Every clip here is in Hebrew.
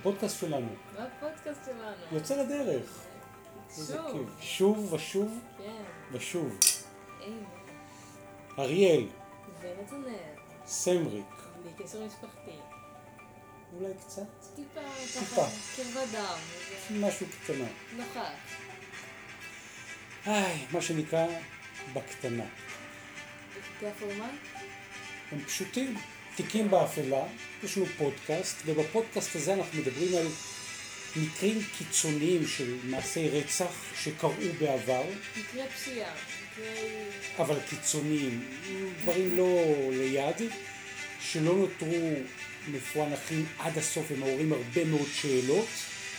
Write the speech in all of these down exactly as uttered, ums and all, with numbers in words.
בפודקאסט שלנו. בפודקאסט שלנו. יוצא לדרך. שוב. שוב ושוב כן. ושוב. אין. אריאל. ונתנאל. סמריק. בלי קשר משפחתי. אולי קצת? טיפה. טיפה. קרבת דם. משהו קטנה. נוכח. איי, מה שנקרא בקטנה. פרטי הפורמט? הם פשוטים. תיקים באפלה, יש לנו פודקאסט, ובפודקאסט הזה אנחנו מדברים על מקרים קיצוניים של מעשי רצח שקרו בעבר. מקרי פשיעה, מקרי... אבל קיצוניים, דברים לא ליד, שלא נותרו מפוענחים עד הסוף, הם מעוררים הרבה מאוד שאלות,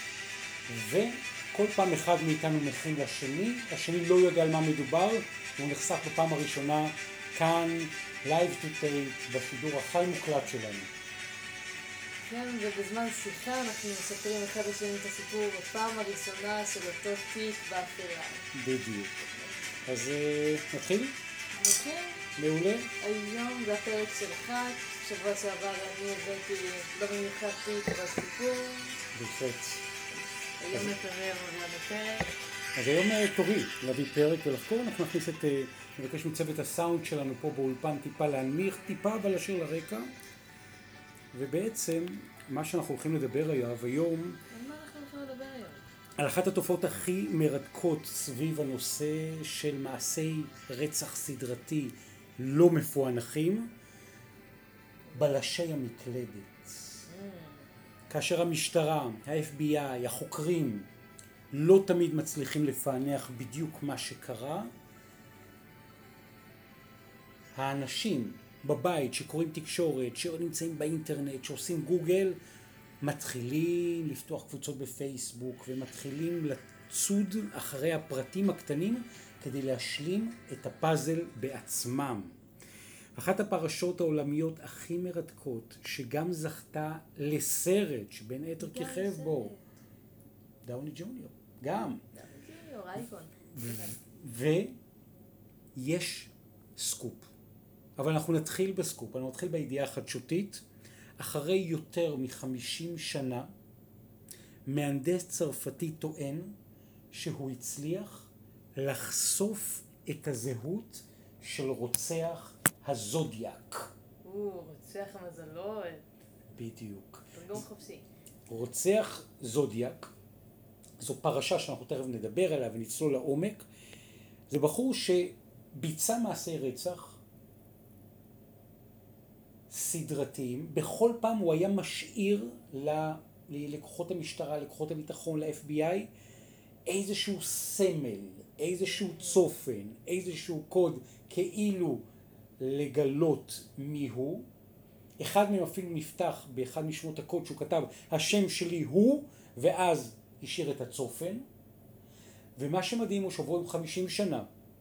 וכל פעם אחד מאיתנו מכין לשני, השני לא יודע על מה מדובר, הוא נחשף בפעם הראשונה כאן, live to tape, בשידור החי מוקלט שלנו. כן, ובזמן שיחה אנחנו מספרים אחד לשני את הסיפור בפעם הראשונה של אותו תיק באפלה. בדיוק. אז נתחיל? נתחיל? מעולה. היום זה הפרק של אחת, שבוע שעבר אני הבאתי לא במיוחד תיק אבל סיפור. בהחלט. היום נתנאל מביא לנו פרק. אז היום תורי להביא פרק ולחקור, אנחנו נכניס את, נבקש מצוות הסאונד שלנו פה באולפן טיפה להנמיך, טיפה אבל לשיר לרקע. ובעצם מה שאנחנו הולכים לדבר עליו היום, על מה אנחנו הולכים לדבר היום? על אחת התופעות הכי מרתקות סביב הנושא של מעשי רצח סדרתי לא מפוענחים, בלשי המקלדת. Mm. כאשר המשטרה, ה-אף בי איי, החוקרים, לא תמיד מצליחים לפענח בדיוק מה שקרה, האנשים בבית שקוראים תקשורת, שנמצאים באינטרנט, שעושים גוגל, מתחילים לפתוח קבוצות בפייסבוק ומתחילים לצוד אחרי הפרטים הקטנים כדי להשלים את הפאזל בעצמם. אחת הפרשות העולמיות הכי מרתקות שגם זכתה לסרט שבין היתר כיכב בו דאוני ג'וניור, גם. דאוני ג'וניור, אייקון. ויש סקופ. אבל אנחנו נתחיל בסקופ, אנחנו נתחיל בידיעה החדשותית. אחרי יותר מחמישים שנה, מהנדס צרפתי טוען שהוא הצליח לחשוף את הזהות של רוצח הזודיאק. או, רוצח המזלות. בדיוק. תרגום חופשי. רוצח זודיאק, זו פרשה שאנחנו תכף נדבר עליה ונצלול לעומק. זה בחור שביצע מעשי רצח סדרתיים, בכל פעם הוא היה משאיר ללקוחות המשטרה, לכוחות הביטחון, ל-אף בי איי, איזשהו סמל, איזשהו צופן, איזשהו קוד, כאילו לגלות מיהו. אחד מהם אפילו נפתח באחד משמות הקוד שהוא כתב, השם שלי הוא, ואז השאיר את הצופן. ומה שמדהים הוא שעברו חמישים שנה.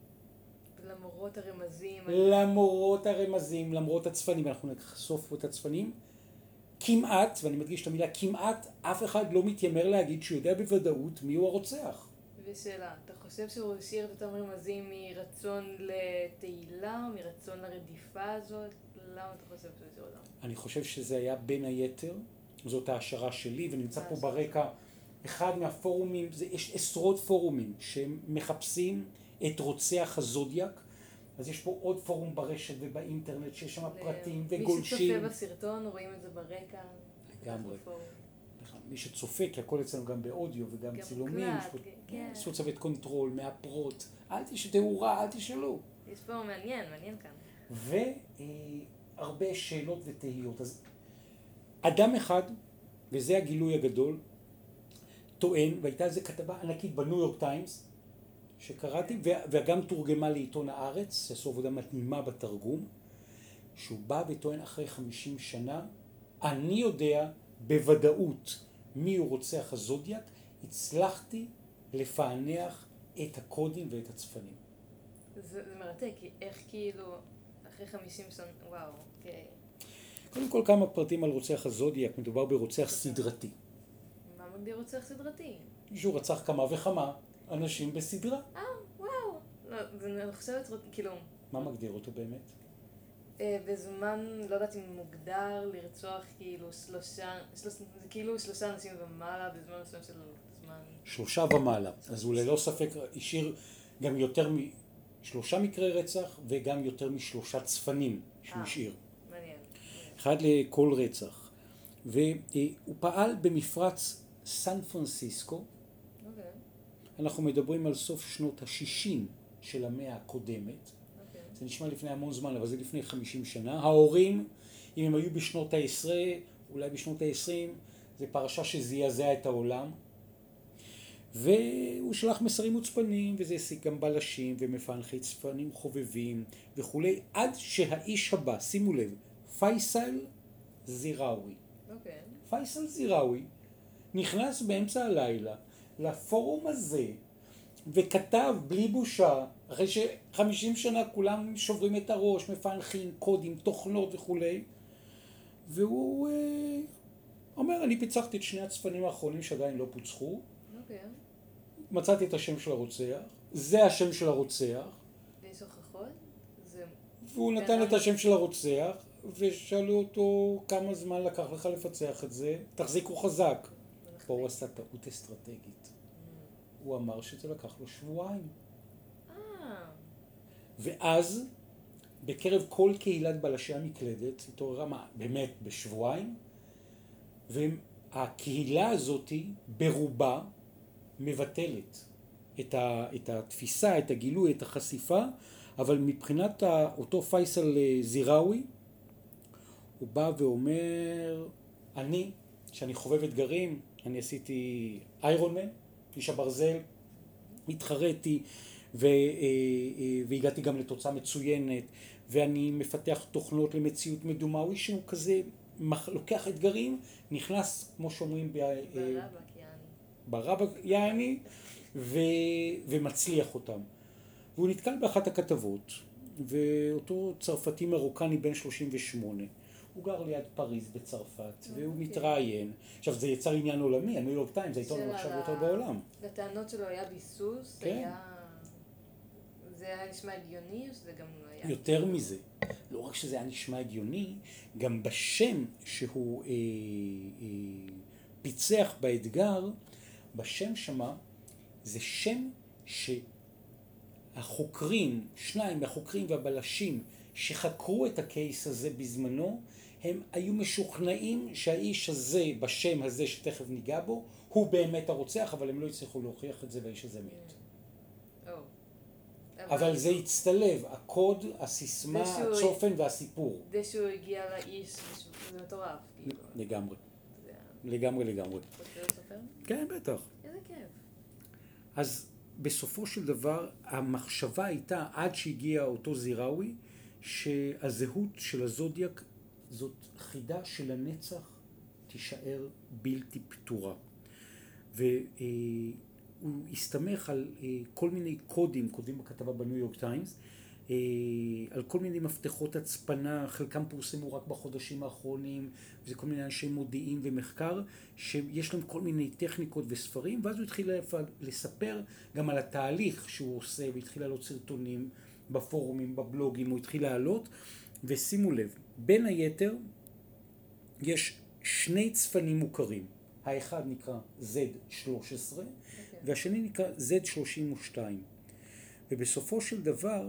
למרות הרמזים. למרות הרמזים, למרות הצפנים, אנחנו נחשוף פה את הצפנים, כמעט, ואני מדגיש את המילה כמעט, אף אחד לא מתיימר להגיד שהוא יודע בוודאות מי הוא הרוצח. ושאלה, אתה חושב שהוא השאיר את אותם רמזים מרצון לתהילה, או מרצון לרדיפה הזאת? למה אתה חושב שהוא השאיר אותם? אני חושב שזה היה בין היתר, זאת ההשערה שלי, ונמצא פה ברקע אחד מהפורומים, זה, יש עשרות פורומים שמחפשים את רוצח הזודיאק, אז יש פה עוד פורום ברשת ובאינטרנט שיש שם פרטים וגולשים. מי שצופה בסרטון רואים את זה ברקע. לגמרי. מי שצופה, כי הכל אצלנו גם באודיו וגם צילומים. כן. עשו צוות קונטרול, מאפרות, אל תשתהו רע, אל תשאלו. יש פה מעניין, מעניין כאן. והרבה שאלות ותהיות. אז אדם אחד, וזה הגילוי הגדול, טוען, והייתה איזו כתבה ענקית בניו יורק טיימס, שקראתי, וגם תורגמה לעיתון הארץ, שעשו עבודה מתאימה בתרגום, שהוא בא וטוען אחרי חמישים שנה, אני יודע בוודאות מי הוא רוצח הזודיאק, הצלחתי לפענח את הקודים ואת הצפנים. זה, זה מרתק, איך כאילו אחרי חמישים שנה, וואו, אוקיי. קודם כל כמה פרטים על רוצח הזודיאק, מדובר ברוצח סדרתי. מה מגדיר רוצח סדרתי? שהוא רצח כמה וכמה אנשים בסדרה. אה, וואו. לא, זה אני חושבת, כאילו... מה מגדיר אותו באמת? בזמן, לא יודעת אם מוגדר לרצוח כאילו שלושה, שלוש, זה כאילו שלושה אנשים ומעלה בזמן מסוים של זמן. שלושה ומעלה. אז הוא ללא ספק השאיר גם יותר משלושה מקרי רצח וגם יותר משלושה צפנים שהוא השאיר. מעניין. אחד לכל רצח. והוא פעל במפרץ סן פרנסיסקו. אוקיי. אנחנו מדברים על סוף שנות ה-שישים של המאה הקודמת. זה נשמע לפני המון זמן, אבל זה לפני חמישים שנה. ההורים, אם הם היו בשנות העשרה, אולי בשנות העשרים, זה פרשה שזעזעה את העולם. והוא שלח מסרים מוצפנים, וזה השיג גם בלשים ומפענחי צפנים חובבים וכולי, עד שהאיש הבא, שימו לב, פייסל זיראוי. אוקיי. פייסל זיראוי נכנס באמצע הלילה לפורום הזה, וכתב בלי בושה, אחרי שחמישים שנה כולם שוברים את הראש, מפענחים, קודים, תוכנות וכולי, והוא אה, אומר, אני פיצחתי את שני הצפנים האחרונים שעדיין לא פוצחו, אוקיי. מצאתי את השם של הרוצח, זה השם של הרוצח, ויש הוכחות? זה... והוא נתן את השם של הרוצח, ושאלו אותו כמה זמן לקח לך לפצח את זה, תחזיקו חזק. פה הוא עשה טעות אסטרטגית. הוא אמר שזה לקח לו שבועיים. אה. ואז, בקרב כל קהילת בלשי המקלדת, התעוררה מה, באמת בשבועיים, והקהילה הזאת ברובה מבטלת את, ה, את התפיסה, את הגילוי, את החשיפה, אבל מבחינת אותו פייסל זיראוי, הוא בא ואומר, אני, שאני חובב אתגרים, אני עשיתי איירון מן, איש הברזל, התחרתי והגעתי גם לתוצאה מצוינת, ואני מפתח תוכנות למציאות מדומה, הוא איש שהוא כזה לוקח אתגרים, נכנס כמו שאומרים ברבק יעני, ברבק יעני ו... ומצליח אותם. והוא נתקל באחת הכתבות, ואותו צרפתי מרוקני בן שלושים ושמונה, הוא גר ליד פריז בצרפת, והוא אוקיי. מתראיין. עכשיו זה יצר עניין עולמי, הניו יורק טיימס, זה העיתון עכשיו יותר בעולם. לטענות שלו היה ביסוס, כן. היה... זה היה נשמע הגיוני או שזה גם לא היה? יותר מזה, לא רק שזה היה נשמע הגיוני, גם בשם שהוא אה, אה, פיצח באתגר, בשם שמה, זה שם שהחוקרים, שניים מהחוקרים והבלשים שחקרו את הקייס הזה בזמנו, הם היו משוכנעים שהאיש הזה, בשם הזה שתכף ניגע בו, הוא באמת הרוצח, אבל הם לא הצליחו להוכיח את זה והאיש הזה מת. אבל זה הצטלב, הקוד, הסיסמה, הצופן והסיפור. זה שהוא הגיע לאיש, זה מטורף. לגמרי. לגמרי, לגמרי. רוצה לספר? כן, בטח. איזה כיף. אז בסופו של דבר, המחשבה הייתה, עד שהגיע אותו זיראוי, שהזהות של הזודיאק זאת חידה של הנצח תישאר בלתי פתורה. והוא הסתמך על כל מיני קודים, כותבים בכתבה בניו יורק טיימס, על כל מיני מפתחות הצפנה, חלקם פורסמו רק בחודשים האחרונים, וזה כל מיני אנשי מודיעין ומחקר, שיש להם כל מיני טכניקות וספרים, ואז הוא התחיל לספר גם על התהליך שהוא עושה, והתחיל לעלות סרטונים בפורומים, בבלוגים, הוא התחיל לעלות, ושימו לב, בין היתר יש שני צפנים מוכרים, האחד נקרא זד שלוש עשרה, okay. והשני נקרא זד שלושים ושתיים, ובסופו של דבר,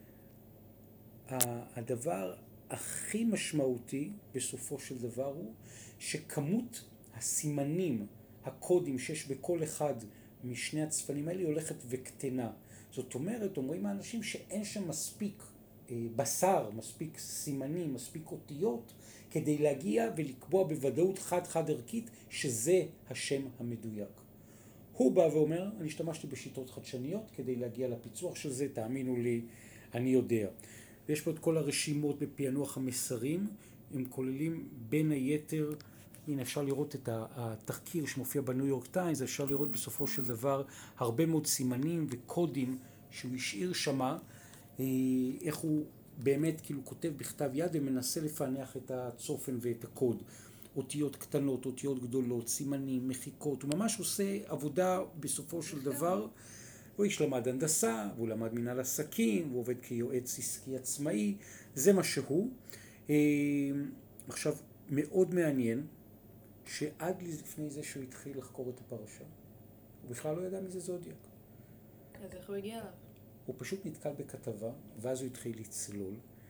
הדבר הכי משמעותי בסופו של דבר הוא שכמות הסימנים, הקודים שיש בכל אחד משני הצפנים האלה הולכת וקטנה. זאת אומרת, אומרים האנשים שאין שם מספיק בשר, מספיק סימנים, מספיק אותיות, כדי להגיע ולקבוע בוודאות חד-חד ערכית שזה השם המדויק. הוא בא ואומר, אני השתמשתי בשיטות חדשניות כדי להגיע לפיצוח של זה, תאמינו לי, אני יודע. ויש פה את כל הרשימות בפענוח המסרים, הם כוללים בין היתר, הנה אפשר לראות את התחקיר שמופיע בניו יורק טיימס, אפשר לראות בסופו של דבר הרבה מאוד סימנים וקודים שהוא השאיר שמה, איך הוא באמת כאילו כותב בכתב יד ומנסה לפענח את הצופן ואת הקוד. אותיות קטנות, אותיות גדולות, סימנים, מחיקות, הוא ממש עושה עבודה בסופו של דבר הוא איש למד הנדסה, והוא למד מנהל עסקים, והוא עובד כיועץ עסקי עצמאי, זה מה שהוא. עכשיו, מאוד מעניין, שעד לפני זה שהוא התחיל לחקור את הפרשה, הוא בכלל לא ידע מי זה זודיאק. אז איך הוא הגיע אליו? הוא פשוט נתקל בכתבה, ואז הוא התחיל לצלול,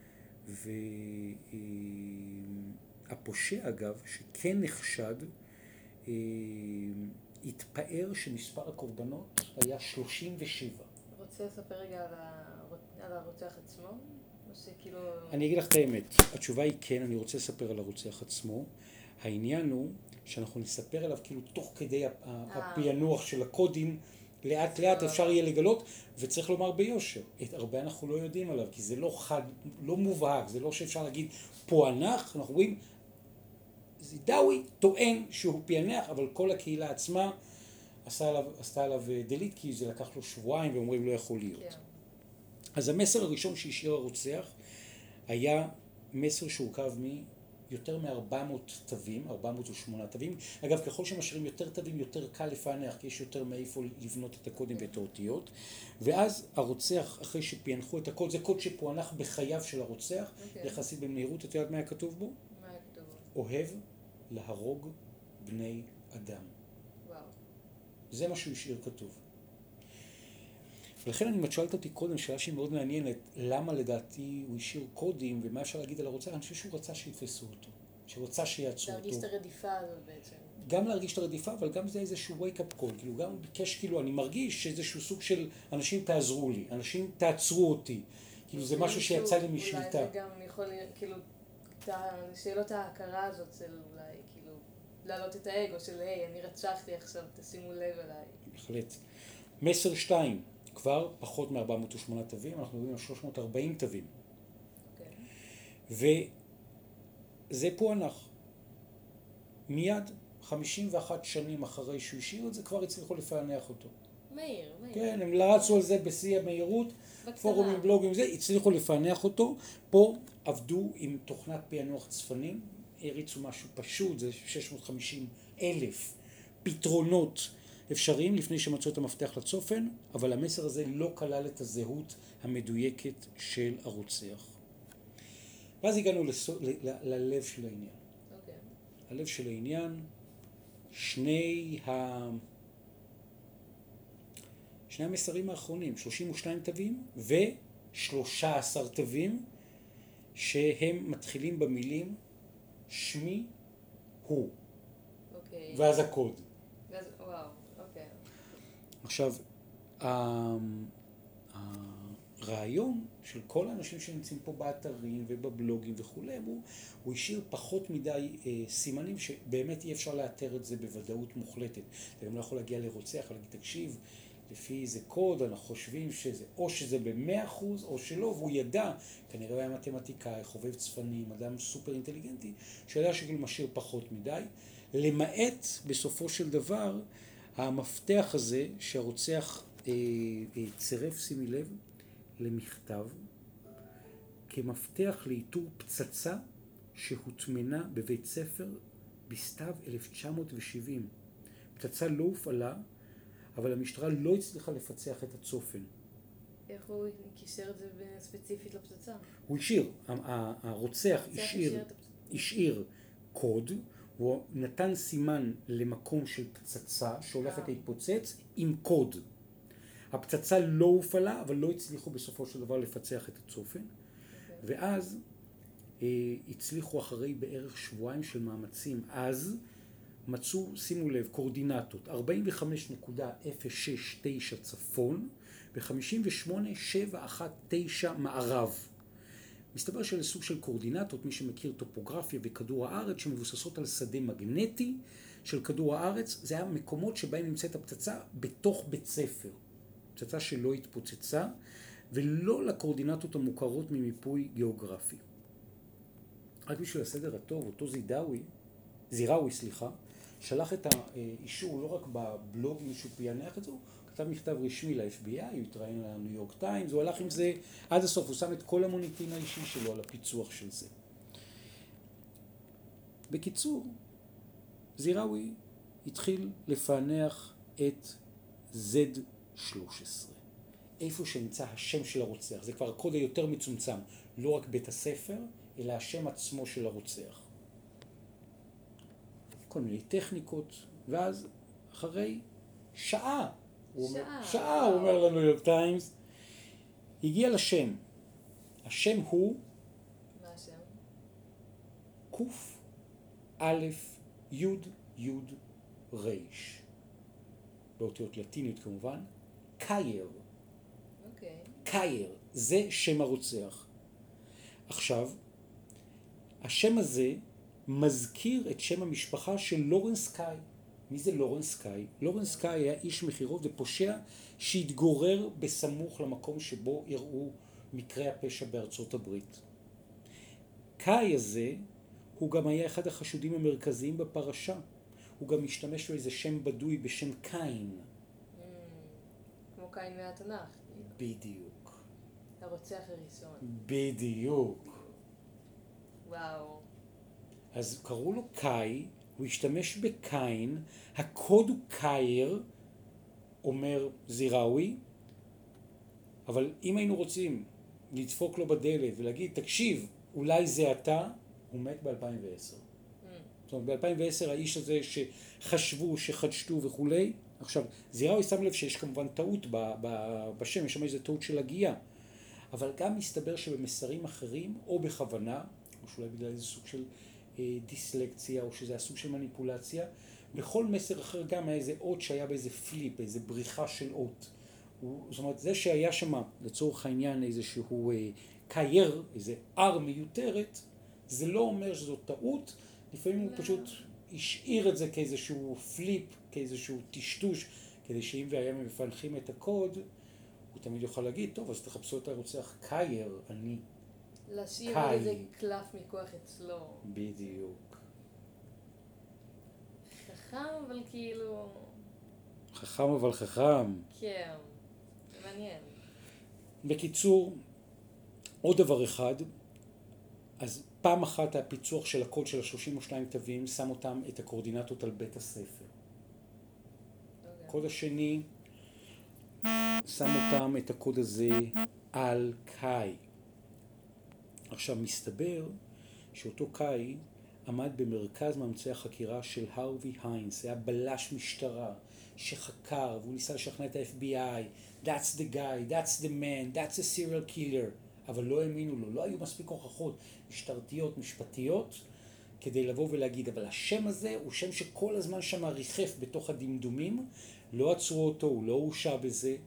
והפושע אגב, שכן נחשד, התפאר שמספר הקורבנות היה שלושים ושבע. רוצה לספר רגע על, הר... על הרוצח עצמו? או שכאילו... אני אגיד לך את האמת, התשובה היא כן, אני רוצה לספר על הרוצח עצמו. העניין הוא שאנחנו נספר עליו כאילו תוך כדי הפענוח של הקודים, לאט לאט אפשר יהיה לגלות, וצריך לומר ביושר, את הרבה אנחנו לא יודעים עליו, כי זה לא חד, לא מובהק, זה לא שאפשר להגיד פוענח, אנחנו רואים, זידאווי טוען שהוא פענח, אבל כל הקהילה עצמה עשתה עליו, עשתה עליו דליט, כי זה לקח לו שבועיים, ואומרים לא יכול להיות. Yeah. אז המסר הראשון שהשאיר הרוצח, היה מסר שהורכב מיותר מ-ארבע מאות תווים, ארבע מאות ושמונה תווים. אגב, ככל שמשאירים יותר תווים, יותר קל לפענח, כי יש יותר מאיפה לבנות את הקודים ואת האותיות. ואז הרוצח, אחרי שפענחו את הקוד, זה קוד שפוענח בחייו של הרוצח, okay. יחסית במהירות, את יודעת מה היה כתוב בו? מה היה כתוב בו? אוהב להרוג בני אדם. וואו. זה מה שהוא השאיר כתוב. ולכן אני שואלת אותי קודם, שאלה שהיא מאוד מעניינת, למה לדעתי הוא השאיר קודים, ומה אפשר להגיד על הרוצח? אני חושב שהוא רצה שיתפסו אותו, שרצה שיעצרו אותו. להרגיש את הרדיפה הזאת בעצם. גם להרגיש את הרדיפה, אבל גם זה איזשהו wake-up call, כאילו גם הוא ביקש, כאילו, אני מרגיש שאיזשהו סוג של אנשים תעזרו לי, אנשים תעצרו אותי, כאילו זה משהו שיצא לי משליטה. אולי זה גם יכול, כאילו, שאלות ההכרה הזאת של אולי, כאילו, להעלות את האגו של, היי, אני רצחתי עכשיו, תשימו לב אליי. בהחלט. מסר שתיים. כבר פחות מ-ארבע מאות ושמונה תווים, אנחנו מדברים על שלוש מאות וארבעים תווים. Okay. וזה פוענח. מיד, חמישים ואחת שנים אחרי שהוא השאיר את זה, כבר הצליחו לפענח אותו. מהיר, מהיר. כן, הם רצו על זה בשיא המהירות, פורומים, בלוגים, זה, הצליחו לפענח אותו. פה עבדו עם תוכנת פענוח צפנים, הריצו משהו פשוט, זה שש מאות וחמישים אלף פתרונות אפשריים לפני שמצאו את המפתח לצופן, אבל המסר הזה לא כלל את הזהות המדויקת של הרוצח. ואז הגענו לסו, ל, ל, ללב של העניין. אוקיי. Okay. הלב של העניין, שני, ה... שני המסרים האחרונים, שלושים ושניים תווים ו-שלושה עשר תווים, שהם מתחילים במילים שמי הוא. אוקיי. Okay. ואז הקוד. ואז, וואו. עכשיו, הרעיון של כל האנשים שנמצאים פה באתרים ובבלוגים וכולי, הוא, הוא השאיר פחות מדי אה, סימנים שבאמת אי אפשר לאתר את זה בוודאות מוחלטת. אתה גם לא יכול להגיע לרוצח ולהגיד, תקשיב, לפי איזה קוד אנחנו חושבים שזה, או שזה במאה אחוז או שלא, והוא ידע, כנראה היה מתמטיקאי, חובב צפנים, אדם סופר אינטליגנטי, שידע שגיל משאיר פחות מדי, למעט בסופו של דבר, המפתח הזה שהרוצח אה, אה, צירף, שימי לב, למכתב, כמפתח לאיתור פצצה שהוטמנה בבית ספר בסתיו אלף תשע מאות שבעים. פצצה לא הופעלה, אבל המשטרה לא הצליחה לפצח את הצופן. איך הוא קישר את זה ספציפית לפצצה? הוא השאיר, הרוצח השאיר, השאיר קוד, הוא נתן סימן למקום של פצצה שהולכת להתפוצץ עם קוד. הפצצה לא הופעלה, אבל לא הצליחו בסופו של דבר לפצח את הצופן. Okay. ואז אה, הצליחו אחרי בערך שבועיים של מאמצים. אז מצאו, שימו לב, קורדינטות ארבעים וחמש נקודה אפס שש תשע צפון ו-חמישים ושמונה נקודה שבע אחת תשע מערב. מסתבר שזה סוג של קורדינטות, מי שמכיר טופוגרפיה בכדור הארץ, שמבוססות על שדה מגנטי של כדור הארץ, זה היה מקומות שבהם נמצאת הפצצה בתוך בית ספר. פצצה שלא התפוצצה, ולא לקורדינטות המוכרות ממיפוי גיאוגרפי. רק בשביל הסדר הטוב, אותו זידאווי, זיראווי, סליחה, שלח את האישור לא רק בבלוג, מישהו פענח את זה, הוא כתב מכתב רשמי ל-אף בי איי, הוא התראיין לניו יורק טיימס, הוא הלך עם זה עד הסוף, הוא שם את כל המוניטין האישי שלו על הפיצוח של זה. בקיצור, זיראווי התחיל לפענח את זד שלוש עשרה. איפה שנמצא השם של הרוצח. זה כבר הקוד היותר מצומצם, לא רק בית הספר, אלא השם עצמו של הרוצח. כל מיני טכניקות, ואז אחרי שעה, הוא אומר, שעה, שעה, הוא אומר לנו ניו יורק טיימס, הגיע לשם. השם הוא מה השם? קוף א' יוד יוד רייש. באותיות לטיניות כמובן, קייר. אוקיי. קייר, זה שם הרוצח. עכשיו, השם הזה מזכיר את שם המשפחה של לורנס קאי. מי זה לורנס קאי? לורנס קאי היה איש מכירות ופושע שהתגורר בסמוך למקום שבו אירעו מקרי הפשע בארצות הברית. קאי הזה הוא גם היה אחד החשודים המרכזיים בפרשה. הוא גם משתמש באיזה שם בדוי בשם קין. Mm, כמו קין מהתנ"ך. בדיוק. הרוצח הראשון. בדיוק. וואו. אז קראו לו קאי, הוא השתמש בקין, הקוד הוא קייר, אומר זיראוי, אבל אם היינו רוצים לדפוק לו בדלת ולהגיד, תקשיב, אולי זה אתה, הוא מת ב-אלפיים ועשר. Mm. זאת אומרת, ב-אלפיים ועשר האיש הזה שחשבו, שחדשתו וכולי, עכשיו, זיראוי שם לב שיש כמובן טעות ב- ב- בשם, יש שם איזו טעות של הגייה, אבל גם מסתבר שבמסרים אחרים, או בכוונה, או שאולי בגלל איזה סוג של אה, דיסלקציה, או שזה הסוג של מניפולציה, בכל מסר אחר גם היה איזה אות שהיה באיזה פליפ, איזה בריחה של אות. הוא, זאת אומרת, זה שהיה שם, לצורך העניין, איזשהו אה, קייר, איזה אר מיותרת, זה לא אומר שזו טעות, לפעמים הוא פשוט השאיר את זה כאיזשהו פליפ, כאיזשהו טשטוש, כדי שאם והיה מפענחים את הקוד, הוא תמיד יוכל להגיד, טוב, אז תחפשו את הרוצח קייר, אני. להשאיר קאי. איזה קלף מכוח אצלו. בדיוק. חכם, אבל כאילו... חכם אבל חכם. כן, זה מעניין. בקיצור, עוד דבר אחד, אז פעם אחת הפיצוח של הקוד של ה-שלושים ושניים תווים שם אותם את הקורדינטות על בית הספר. אוקיי. הקוד השני שם אותם את הקוד הזה על קאי. עכשיו מסתבר שאותו קאי עמד במרכז מאמצי החקירה של הרווי היינס, היה בלש משטרה שחקר והוא ניסה לשכנע את ה-אף בי איי, that's the guy, that's the man, that's a serial killer, אבל לא האמינו לו, לא היו מספיק הוכחות משטרתיות, משפטיות, כדי לבוא ולהגיד, אבל השם הזה הוא שם שכל הזמן שם ריחף בתוך הדמדומים, לא עצרו אותו, הוא לא הורשע בזה,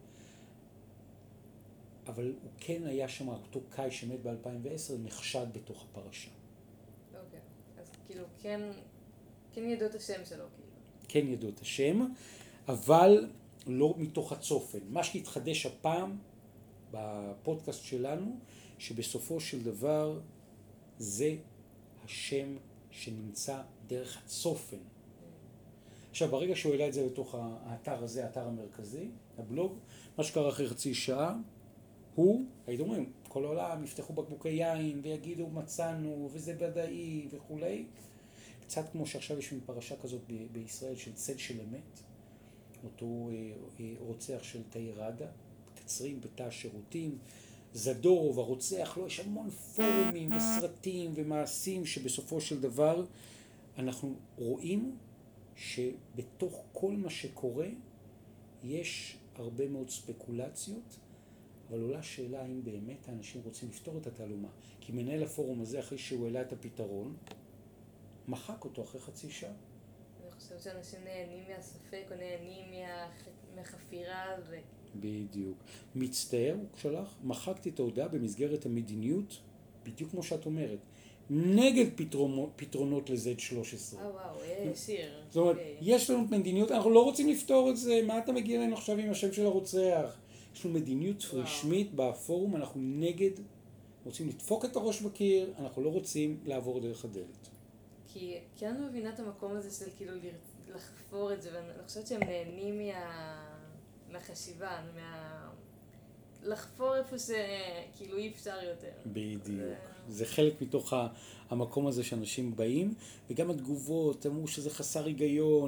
אבל הוא כן היה שם, אותו קאי שמת ב-אלפיים ועשר, נחשד בתוך הפרשה. אוקיי, אז כאילו כן, כן ידעו את השם שלו, כאילו. כן ידעו את השם, אבל לא מתוך הצופן. מה שהתחדש הפעם בפודקאסט שלנו, שבסופו של דבר זה השם שנמצא דרך הצופן. עכשיו, ברגע שהוא העלה את זה לתוך האתר הזה, האתר המרכזי, הבלוג, מה שקרה אחרי חצי שעה, הוא, הייתם אומרים, כל העולם יפתחו בקבוקי יין ויגידו מצאנו וזה ודאי וכולי. קצת כמו שעכשיו יש פרשה כזאת ב- בישראל של צל של אמת, אותו אה, אה, רוצח של תאירדה, קצרים בתא השירותים, זדורוב הרוצח, לא, יש המון פורומים וסרטים ומעשים שבסופו של דבר אנחנו רואים שבתוך כל מה שקורה יש הרבה מאוד ספקולציות, אבל עולה שאלה האם באמת האנשים רוצים לפתור את התעלומה. כי מנהל הפורום הזה, אחרי שהוא העלה את הפתרון, מחק אותו אחרי חצי שעה. אני חושבת שאנשים נהנים מהספק או נהנים מה... מהחפירה ו... בדיוק. מצטער, הוא שלח, מחקתי את ההודעה במסגרת המדיניות, בדיוק כמו שאת אומרת, נגד פתרונות, פתרונות ל-זד שלוש עשרה. אה וואו, ישיר. זאת אומרת, יש לנו מדיניות, אנחנו לא רוצים לפתור את זה, מה אתה מגיע אלינו עכשיו עם השם של הרוצח? יש לנו מדיניות רשמית בפורום, אנחנו נגד, רוצים לדפוק את הראש בקיר, אנחנו לא רוצים לעבור דרך הדלת. כי, כי אני מבינה את המקום הזה של כאילו לר- לחפור את זה, ואני חושבת שהם נהנים מה... מהחשיבה, מה... לחפור איפה שכאילו אי אפשר יותר. בדיוק. זה... זה חלק מתוך ה- המקום הזה שאנשים באים, וגם התגובות, אמרו שזה חסר היגיון,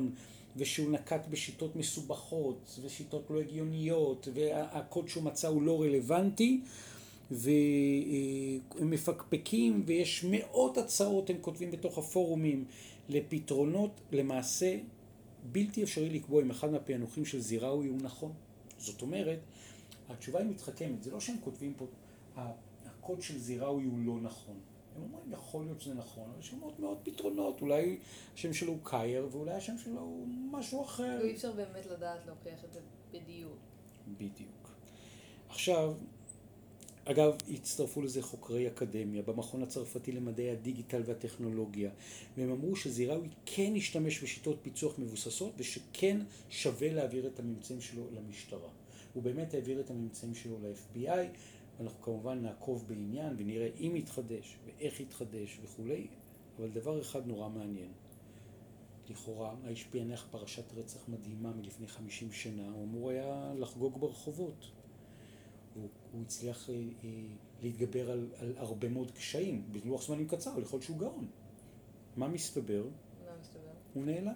ושהוא נקט בשיטות מסובכות ושיטות לא הגיוניות והקוד שהוא מצא הוא לא רלוונטי והם מפקפקים ויש מאות הצעות הם כותבים בתוך הפורומים לפתרונות. למעשה בלתי אפשרי לקבוע אם אחד מהפענוחים של זיראוי הוא נכון. זאת אומרת, התשובה היא מתחכמת, זה לא שהם כותבים פה הקוד של זיראוי הוא לא נכון. הם אומרים, יכול להיות שזה נכון, אבל יש מאוד מאוד פתרונות, אולי השם שלו הוא קייר, ואולי השם שלו הוא משהו אחר. אי אפשר באמת לדעת להוכיח את זה בדיוק. בדיוק. עכשיו, אגב, הצטרפו לזה חוקרי אקדמיה במכון הצרפתי למדעי הדיגיטל והטכנולוגיה, והם אמרו שזיראוי כן השתמש בשיטות פיצוח מבוססות, ושכן שווה להעביר את הממצאים שלו למשטרה. הוא באמת העביר את הממצאים שלו ל-אף בי איי, אנחנו כמובן נעקוב בעניין ונראה אם יתחדש ואיך יתחדש וכו'. אבל דבר אחד נורא מעניין. לכאורה, האיש פענח פרשת רצח מדהימה מלפני חמישים שנה, הוא אמור היה לחגוג ברחובות. הוא, הוא הצליח אה, אה, להתגבר על, על הרבה מאוד קשיים, בלוח זמנים קצר, יכול להיות שהוא גאון. מה מסתבר? מה מסתבר? הוא נעלם.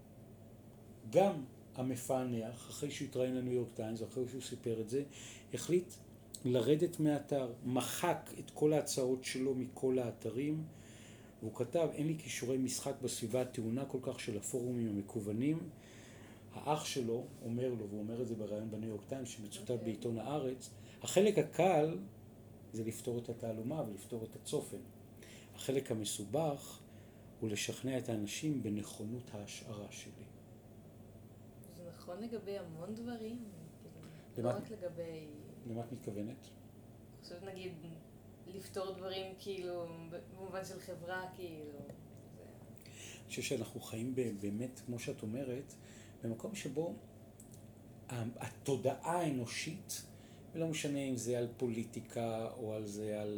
גם המפענח, אחרי שהוא התראיין לניו יורק טיימס, אחרי שהוא סיפר את זה, החליט לרדת מהאתר, מחק את כל ההצעות שלו מכל האתרים, והוא כתב, אין לי כישורי משחק בסביבה הטעונה כל כך של הפורומים המקוונים. האח שלו אומר לו, והוא אומר את זה בראיון בניו יורק טיימס, שמצוטט okay. בעיתון הארץ, החלק הקל זה לפתור את התעלומה ולפתור את הצופן. החלק המסובך הוא לשכנע את האנשים בנכונות ההשערה שלי. זה נכון לגבי המון דברים, לא למה, רק לגבי... למה את מתכוונת? עכשיו נגיד, לפתור דברים כאילו, במובן של חברה כאילו. זה... אני חושב שאנחנו חיים באמת, כמו שאת אומרת, במקום שבו התודעה האנושית, ולא משנה אם זה על פוליטיקה או על זה על...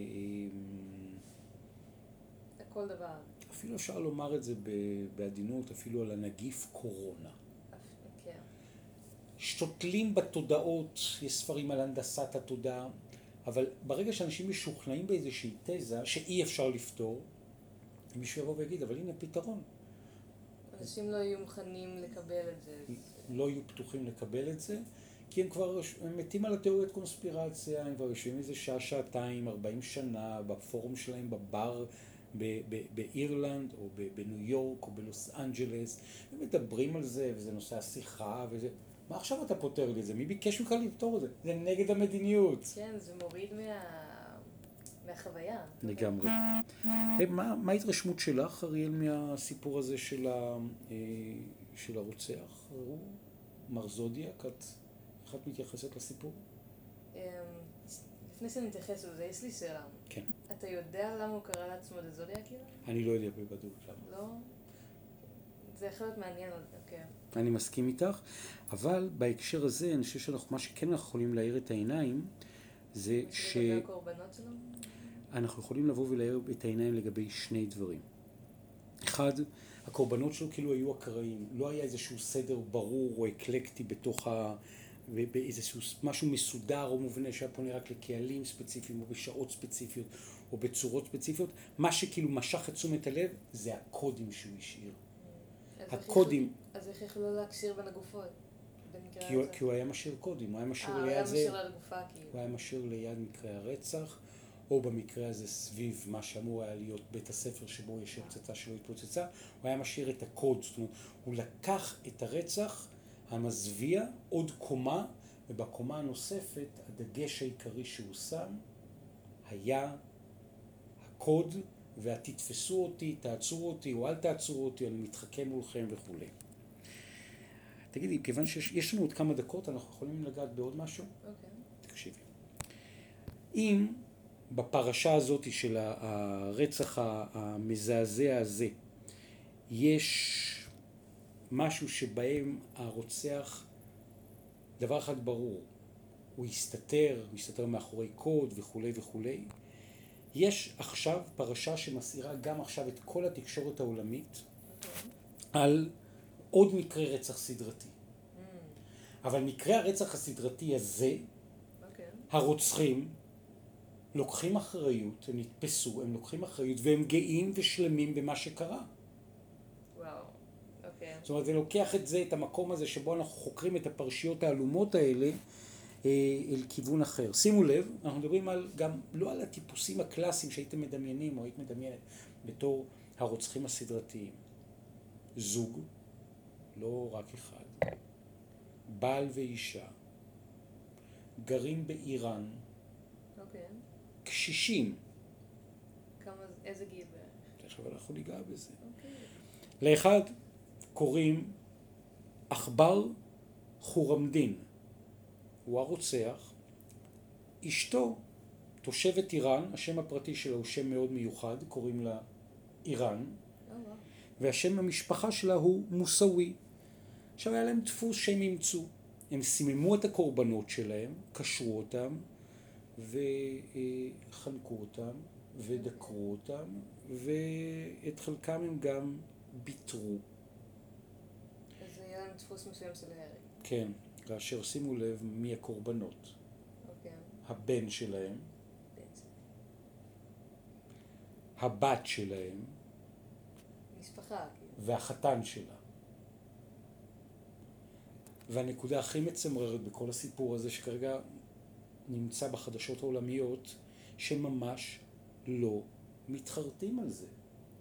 כל דבר. אפילו אפשר לומר את זה בעדינות, אפילו על הנגיף קורונה. כן. שותלים בתודעות, יש ספרים על הנדסת התודעה, אבל ברגע שאנשים משוכנעים באיזושהי תזה שאי אפשר לפתור, מישהו יבוא ויגיד, אבל הנה פתרון. אנשים לא יהיו מוכנים לקבל את זה. לא יהיו פתוחים לקבל את זה, כי הם כבר הם מתים על התיאוריית קונספירציה, הם כבר יושבים איזה שעה, שעתיים, ארבעים שנה, בפורום שלהם, בבר, באירלנד, או בניו יורק, או בלוס אנג'לס, ומדברים על זה, וזה נושא השיחה, וזה... מה עכשיו אתה פותר לי את זה? מי ביקש ממך לפתור את זה? זה נגד המדיניות. כן, זה מוריד מה... מהחוויה. לגמרי. מה, מה ההתרשמות שלך, אריאל, מהסיפור הזה של, ה, של הרוצח? הוא מר זודיאק, את, איך את מתייחסת לסיפור? לפני שאני מתייחס לזה, יש לי שאלה. כן. אתה יודע למה הוא קרא לעצמו לזודיאק? אני לא יודע בוודאות למה. לא? זה יכול להיות מעניין, אוקיי. אני מסכים איתך, אבל בהקשר הזה, אני חושב שאנחנו, מה שכן אנחנו יכולים להאיר את העיניים, זה ש... לגבי הקורבנות שלו? אנחנו יכולים לבוא ולהאיר את העיניים לגבי שני דברים. אחד, הקורבנות שלו כאילו היו הקראים, לא היה איזשהו סדר ברור או אקלקטי בתוך ה... באיזשהו משהו מסודר או מובנה שהיה פונה רק לקהלים ספציפיים או בשעות ספציפיות או בצורות ספציפיות. מה שכאילו משך את תשומת הלב זה הקודים שהוא השאיר. הקודים... אז איך יכלו להקשיר בין הגופות? כי הוא, כי הוא היה משאיר קודים, הוא היה משאיר ליד זה... אה, הוא היה משאיר לגופה כאילו. הוא היה משאיר ליד מקרה הרצח, או במקרה הזה סביב מה שאמור היה להיות בית הספר שבו יש פצצה שלא התפוצצה, הוא היה משאיר את הקוד, זאת אומרת, הוא לקח את הרצח המזוויע עוד קומה, ובקומה הנוספת הדגש העיקרי שהוא שם היה הקוד, והתתפסו אותי, תעצרו אותי, או אל תעצרו אותי, אני מתחכם מולכם וכו'. תגידי, כיוון שיש לנו עוד כמה דקות, אנחנו יכולים לגעת בעוד משהו? אוקיי. תקשיבי. אם בפרשה הזאת של הרצח המזעזע הזה, יש משהו שבהם הרוצח, דבר אחד ברור, הוא יסתתר, הוא יסתתר מאחורי קוד וכו' וכו'. יש עכשיו פרשה שמסעירה גם עכשיו את כל התקשורת העולמית okay. על עוד מקרה רצח סדרתי. Mm. אבל מקרה הרצח הסדרתי הזה, okay. הרוצחים לוקחים אחריות, הם נתפסו, הם לוקחים אחריות והם גאים ושלמים במה שקרה. וואו, אוקיי. כן. זאת אומרת, זה לוקח את זה, את המקום הזה שבו אנחנו חוקרים את הפרשיות האלומות האלה, אל כיוון אחר. שימו לב, אנחנו מדברים על, גם לא על הטיפוסים הקלאסיים שהייתם מדמיינים או היית מדמיינת בתור הרוצחים הסדרתיים. זוג, לא רק אחד, בעל ואישה, גרים באיראן, אוקיי. קשישים. כמה, איזה גיל בערך? עכשיו אנחנו ניגע בזה. אוקיי. לאחד קוראים עכבר חורמדין. הוא הרוצח. אשתו, תושבת איראן, השם הפרטי שלה הוא שם מאוד מיוחד, קוראים לה איראן, והשם המשפחה שלה הוא מוסאווי. עכשיו היה להם דפוס שהם אימצו. הם סיממו את הקורבנות שלהם, קשרו אותם, וחנקו אותם, ודקרו אותם, ואת חלקם הם גם ביטרו. אז היה להם דפוס מסוים של ההרג. כן, כאשר שימו לב מי הקורבנות. אוקיי. הבן שלהם, בן שלהם. הבת שלהם, משפחה, כאילו. והחתן שלה. והנקודה הכי מצמררת בכל הסיפור הזה שכרגע נמצא בחדשות העולמיות, שממש לא מתחרטים על זה.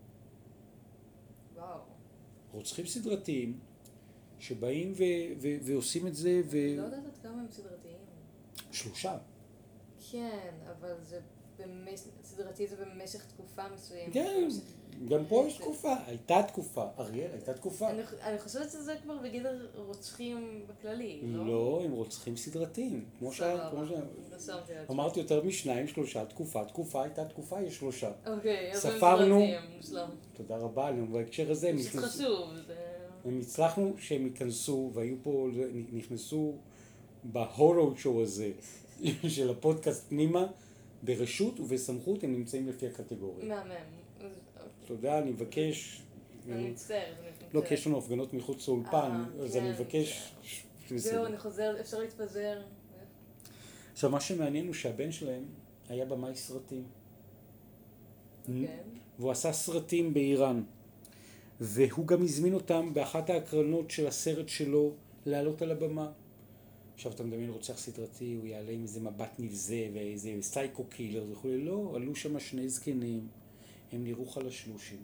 וואו. רוצחים סדרתיים שבאים ו- ו- ועושים את זה ו... אני לא יודעת עד כמה הם סדרתיים. שלושה. כן, אבל זה במש... סדרתי זה במשך תקופה מסוימת. כן, במשך... גם פה יש תקופה. הייתה תקופה. אריאל, הייתה תקופה. אני, אני חושבת שזה כבר בגדר רוצחים בכללי, לא? לא, הם רוצחים סדרתיים. כמו ש... כמו ש... רשמתי לעצמי. אמרתי יותר משניים, שלושה, תקופה. תקופה הייתה תקופה, יש שלושה. אוקיי, אז הם ספרנו. סדרתיים, מושלם. תודה רבה, אני אומר, בהקשר הזה הם פשוט נכנסו. חשוב, זה... הם הצלחנו שהם ייכנסו, והיו פה, נכנסו בהולו שואו הזה של הפודקאסט פנימה, ברשות ובסמכות הם נמצאים לפי הקטגוריה. מהמם. תודה, אני מבקש. אני מצטערת. לא, כי יש לנו הפגנות מחוץ לאולפן, אז אני מבקש. זהו, אני חוזר, אפשר להתפזר. עכשיו, מה שמעניין הוא שהבן שלהם היה במאי סרטים. והוא עשה סרטים באיראן. והוא גם הזמין אותם באחת ההקרנות של הסרט שלו לעלות על הבמה. עכשיו אתה מדמיין רוצח סדרתי, הוא יעלה עם איזה מבט נבזה ואיזה סייקו קילר וכו'. לא, עלו שם שני זקנים, הם נראו חלשלושים.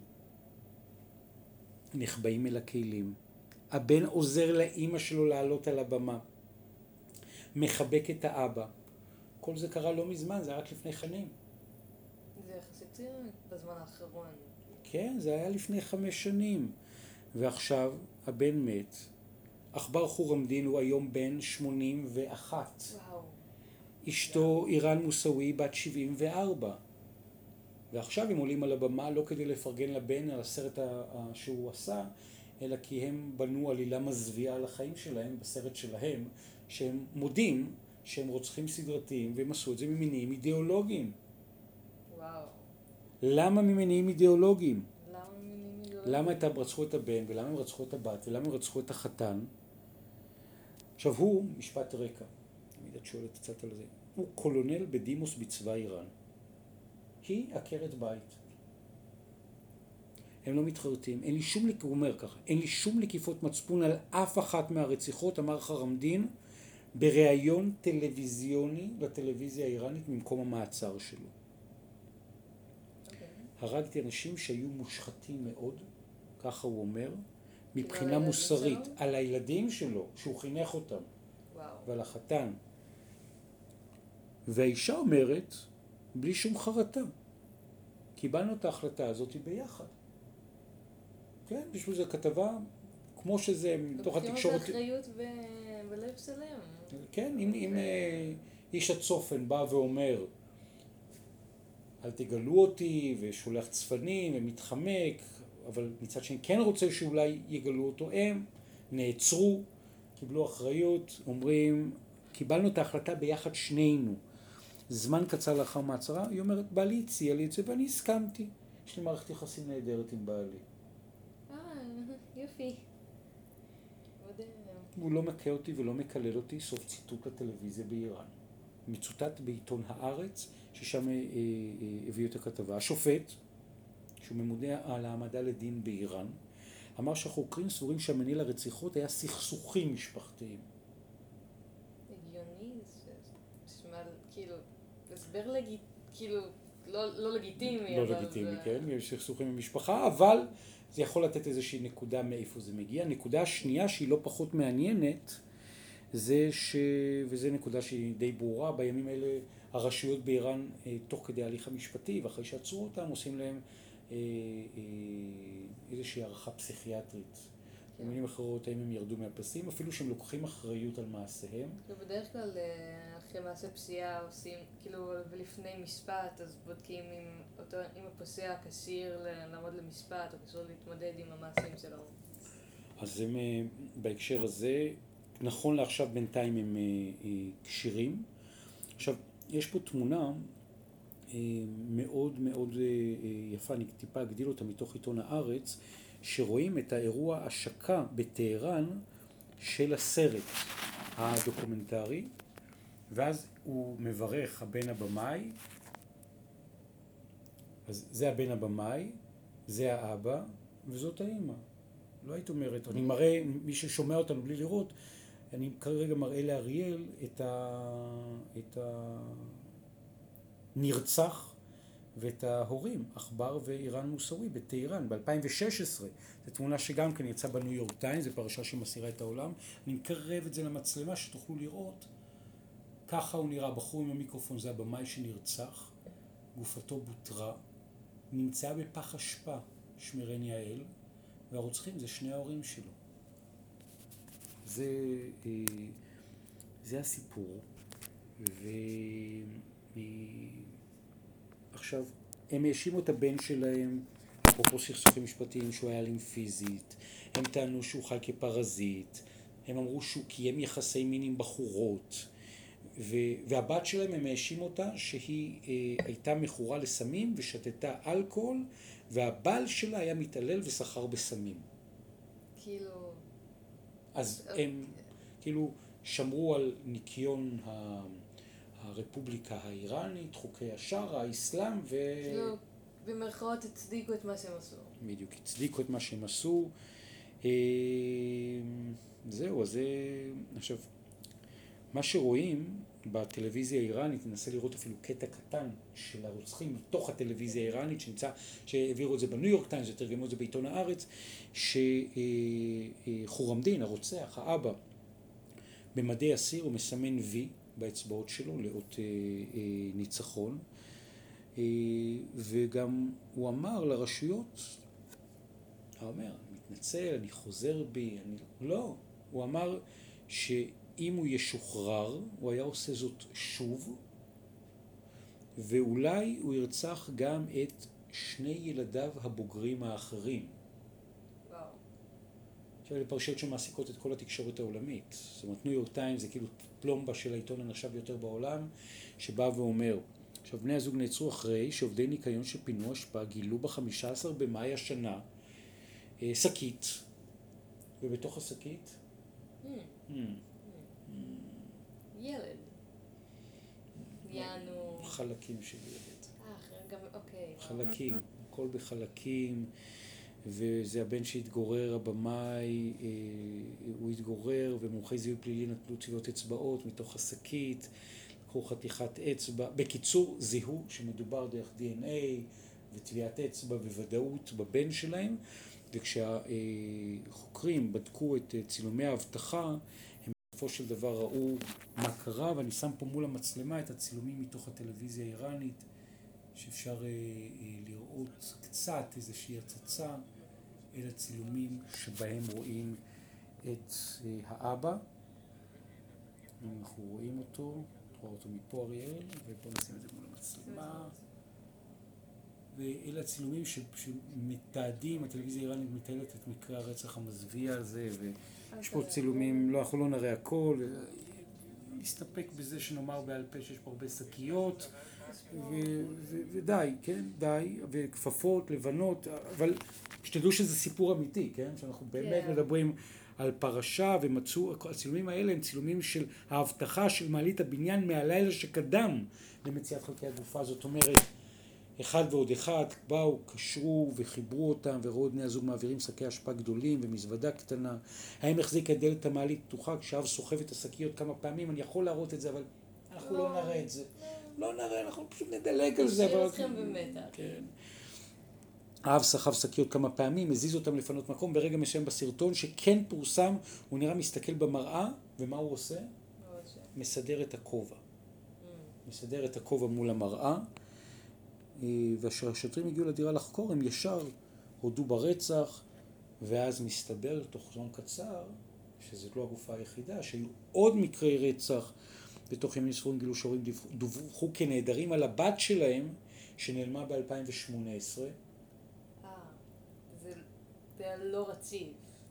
נחבאים אל הכלים. הבן עוזר לאמא שלו לעלות על הבמה. מחבק את האבא. כל זה קרה לא מזמן, זה היה רק לפני שנים. זה יחסית בזמן האחרון. כן, זה היה לפני חמש שנים. ועכשיו הבן מת. עכבר חורמדין הוא היום בן שמונים ואחת. וואו. אשתו איראן מוסאווי בת שבעים וארבע. ועכשיו הם עולים על הבמה לא כדי לפרגן לבן על הסרט שהוא עשה, אלא כי הם בנו עלילה מזוויעה על החיים שלהם בסרט שלהם, שהם מודים שהם רוצחים סדרתיים, והם עשו את זה ממניעים אידיאולוגיים. וואו. למה ממניעים אידיאולוגיים? למה ממניעים אידיאולוגיים? למה הם רצחו את הבן, ולמה הם רצחו את הבת, ולמה הם רצחו את החתן? עכשיו הוא, משפט רקע, תמיד את שואלת קצת על זה, הוא קולונל בדימוס בצבא איראן. היא עקרת בית. הם לא מתחרטים, אין לי שום, הוא אומר ככה, אין לי שום נקיפות מצפון על אף אחת מהרציחות, אמר חרמדין, בריאיון טלוויזיוני לטלוויזיה האיראנית ממקום המעצר שלו. Okay. הרגתי אנשים שהיו מושחתים מאוד, ככה הוא אומר, מבחינה מוסרית, שלו? על הילדים שלו, שהוא חינך אותם, Wow. ועל החתן. והאישה אומרת, בלי שום חרטה, קיבלנו את ההחלטה הזאת ביחד. כן, בשביל זה כתבה, כמו שזה מתוך התקשורת... לוקחים את האחריות בלב שלם. כן, אם, אם איש הצופן בא ואומר, אל תגלו אותי, ושולח צפנים, ומתחמק, אבל מצד שני כן רוצה שאולי יגלו אותו, הם נעצרו, קיבלו אחריות, אומרים, קיבלנו את ההחלטה ביחד שנינו. זמן קצר לאחר מעצרה, היא אומרת, בעלי הציע לי את זה, ואני הסכמתי. יש לי מערכת יחסים נהדרת עם בעלי. אה, יופי. הוא לא מכה אותי ולא מקלל אותי, סוף ציטוט לטלוויזיה באיראן. מצוטט בעיתון הארץ, ששם אה, אה, הביאו את הכתבה. השופט, שהוא ממונה על העמדה לדין באיראן, אמר שהחוקרים סבורים שהמניע לרציחות היה סכסוכים משפחתיים. הגיוני, זה נשמע כאילו, הסבר לגיטימי, כאילו, לא, לא לגיטימי, לא אבל לגיטימי, זה... כן, יש סכסוכים במשפחה, אבל זה יכול לתת איזושהי נקודה מאיפה זה מגיע. נקודה שנייה שהיא לא פחות מעניינת, זה ש... וזה נקודה שהיא די ברורה, בימים האלה הרשויות באיראן, תוך כדי ההליך המשפטי, ואחרי שעצרו אותם, עושים להם אה, אה, איזושהי הערכה פסיכיאטרית. במילים אחרות, האם הם ירדו מהפסים, אפילו שהם לוקחים אחריות על מעשיהם. ובדרך כלל, אחרי מעשה פסיעה עושים, כאילו, ולפני משפט, אז בודקים אם, אותו, אם הפוסע כשיר לעמוד למשפט, או כשיר להתמודד עם המעשים שלו. אז הם, בהקשר הזה, נכון לעכשיו בינתיים הם כשירים. עכשיו, יש פה תמונה מאוד מאוד יפה, אני טיפה אגדיל אותה מתוך עיתון הארץ, שרואים את האירוע השקה בטהרן של הסרט הדוקומנטרי, ואז הוא מברך הבן הבמאי, אז זה הבן הבמאי, זה האבא, וזאת האמא. לא היית אומרת, אני מראה, מי ששומע אותנו בלי לראות, אני כרגע מראה לאריאל את, ה... את הנרצח ואת ההורים, עכבר ואיראן מוסאווי בטהרן ב-אלפיים ושש עשרה. זו תמונה שגם כן יצאה בניו יורק טיימס, זו פרשה שמסירה את העולם. אני מקרב את זה למצלמה שתוכלו לראות. ככה הוא נראה, בחור עם המיקרופון, זה הבמאי שנרצח, גופתו בוטרה, נמצאה בפח אשפה, שמרן יעל, והרוצחים זה שני ההורים שלו. זה, זה הסיפור. ועכשיו, הם האשימו את הבן שלהם, אפרופו סכסוכים משפטיים, שהוא היה אלים פיזית, הם טענו שהוא חי כפרזיט, הם אמרו שהוא קיים יחסי מין עם בחורות, והבת שלהם, הם האשימו אותה שהיא אה, הייתה מכורה לסמים ושתתה אלכוהול, והבעל שלה היה מתעלל וסחר בסמים. כאילו... אז הם כאילו שמרו על ניקיון ה... הרפובליקה האיראנית, חוקי השרע, האסלאם, ו... כאילו, במרכאות הצדיקו את מה שהם עשו. בדיוק, הצדיקו את מה שהם עשו. זהו, אז זה... עכשיו, מה שרואים בטלוויזיה האיראנית, ננסה לראות אפילו קטע קטן של הרוצחים מתוך הטלוויזיה האיראנית, שנמצא, שהעבירו את זה בניו יורק טיימס, תרגמו את זה בעיתון הארץ, שחורמדין, הרוצח, האבא, במדי אסיר הוא מסמן וי באצבעות שלו לאות אה, אה, ניצחון, אה, וגם הוא אמר לרשויות, הוא אומר, אני מתנצל, אני חוזר בי, אני... לא, הוא אמר שאם הוא ישוחרר, הוא היה עושה זאת שוב, ואולי הוא ירצח גם את שני ילדיו הבוגרים האחרים. עכשיו, לפרשיות שמעסיקות את כל התקשורת העולמית. זאת אומרת, ניו יורק טיימס זה כאילו פלומבה של העיתון הנחשב ביותר בעולם, שבא ואומר, עכשיו, בני הזוג נעצרו אחרי שעובדי ניקיון שפינו אשפה גילו ב-חמישה עשר במאי השנה שקית, ובתוך השקית ילד. יענו... חלקים של ילד. אה, גם, אוקיי. חלקים, הכל בחלקים. וזה הבן שהתגורר, הבמאי, הוא התגורר, ומומחי זיהוי פלילי נטלו טביעות אצבעות מתוך השקית, לקחו חתיכת אצבע, בקיצור זיהו שמדובר דרך די אן איי וטביעת אצבע בוודאות בבן שלהם, וכשהחוקרים בדקו את צילומי האבטחה, הם בסופו של דבר ראו מה קרה, ואני שם פה מול המצלמה את הצילומים מתוך הטלוויזיה האיראנית, שאפשר לראות קצת איזושהי הצצה אל הצילומים שבהם רואים את האבא. אנחנו רואים אותו, רואה אותו מפה אריאל, ופה נשים את זה מול המצלמה. ואלה הצילומים שמתעדים, הטלוויזיה האיראנית מתעדת את מקרה הרצח המזוויע הזה, ויש פה צילומים, לא, אנחנו לא נראה הכל, נסתפק בזה שנאמר בעל פה שיש פה הרבה שקיות, ודי, כן, די, וכפפות, לבנות, אבל שתדעו שזה סיפור אמיתי, כן, שאנחנו באמת מדברים על פרשה, ומצאו, הצילומים האלה הם צילומים של ההבטחה של מעלית הבניין מהלילה שקדם למציאת חלקי הגופה, זאת אומרת, אחד ועוד אחד באו, קשרו וחיברו אותם, וראו את בני הזוג מעבירים שקי אשפה גדולים ומזוודה קטנה. האם החזיק את דלת המעלית פתוחה כשאב סוחב את השקיות כמה פעמים? אני יכול להראות את זה, אבל אנחנו לא, לא נראה את זה. לא, לא נראה, אנחנו פשוט נדלג על זה. נשאיר אתכם במתח. כן. האב סחב שקיות כמה פעמים, הזיז אותם לפנות מקום. ברגע מסוים בסרטון שכן פורסם, הוא נראה מסתכל במראה, ומה הוא עושה? מסדר את הכובע. Mm. מסדר את הכובע מול המראה. והשוטרים הגיעו לדירה לחקור, הם ישר הודו ברצח, ואז מסתבר תוך זמן קצר, שזאת לא הגופה היחידה, שהיו עוד מקרי רצח, בתוך ימים ספורים גילו שהורים דווחו כנעדרים על הבת שלהם, שנעלמה ב-אלפיים שמונה עשרה. אה, זה, זה לא רציף,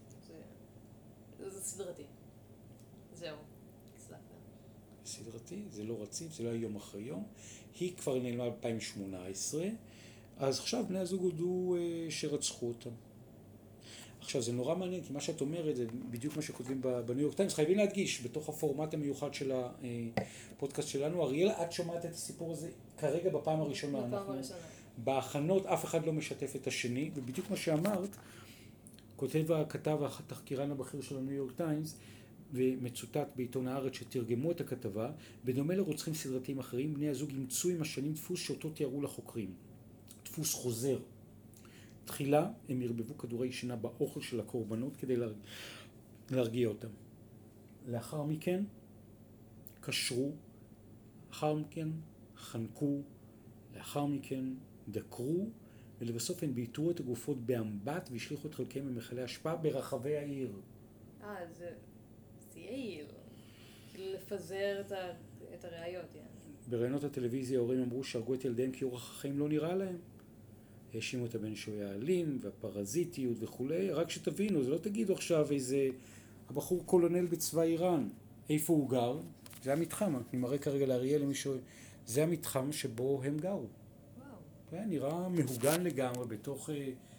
זה, זה סדרתי. זהו, הצלחת. סדרתי, זה לא רציף, זה לא היה יום אחרי יום. היא כבר נעלמה ב-אלפיים שמונה עשרה, אז עכשיו בני הזוג הודו אה, שרצחו אותם. עכשיו זה נורא מעניין, כי מה שאת אומרת זה בדיוק מה שכותבים בניו יורק טיימס. חייבים להדגיש, בתוך הפורמט המיוחד של הפודקאסט שלנו, אריאל, את שומעת את הסיפור הזה כרגע בפעם הראשונה. בפעם אנחנו, הראשונה. בהכנות אף אחד לא משתף את השני, ובדיוק מה שאמרת, כותב הכתב התחקירן הבכיר של הניו יורק טיימס, ומצוטט בעיתון הארץ שתרגמו את הכתבה, בדומה לרוצחים סדרתיים אחרים, בני הזוג אימצו עם השנים דפוס שאותו תיארו לחוקרים. דפוס חוזר. תחילה הם הרבבו כדורי שינה באוכל של הקורבנות כדי להרגיע אותם. לאחר מכן קשרו, לאחר מכן חנקו, לאחר מכן דקרו, ולבסוף הם ביטרו את הגופות באמבט והשליחו את חלקיהם במכלי אשפה ברחבי העיר. אה, זה... זה יעיל. כאילו לפזר את, ה... את הראיות, יעני. ברעיונות הטלוויזיה ההורים אמרו שהרגו את ילדיהם כי אורח החיים לא נראה להם. האשימו את הבן שהוא היה אלים והפרזיטיות וכולי. רק שתבינו, זה לא תגידו עכשיו איזה הבחור קולונל בצבא איראן. איפה הוא גר? זה המתחם. אני מראה כרגע לאריאל למישהו. זה המתחם שבו הם גרו. וואו. זה נראה מהוגן לגמרי בתוך...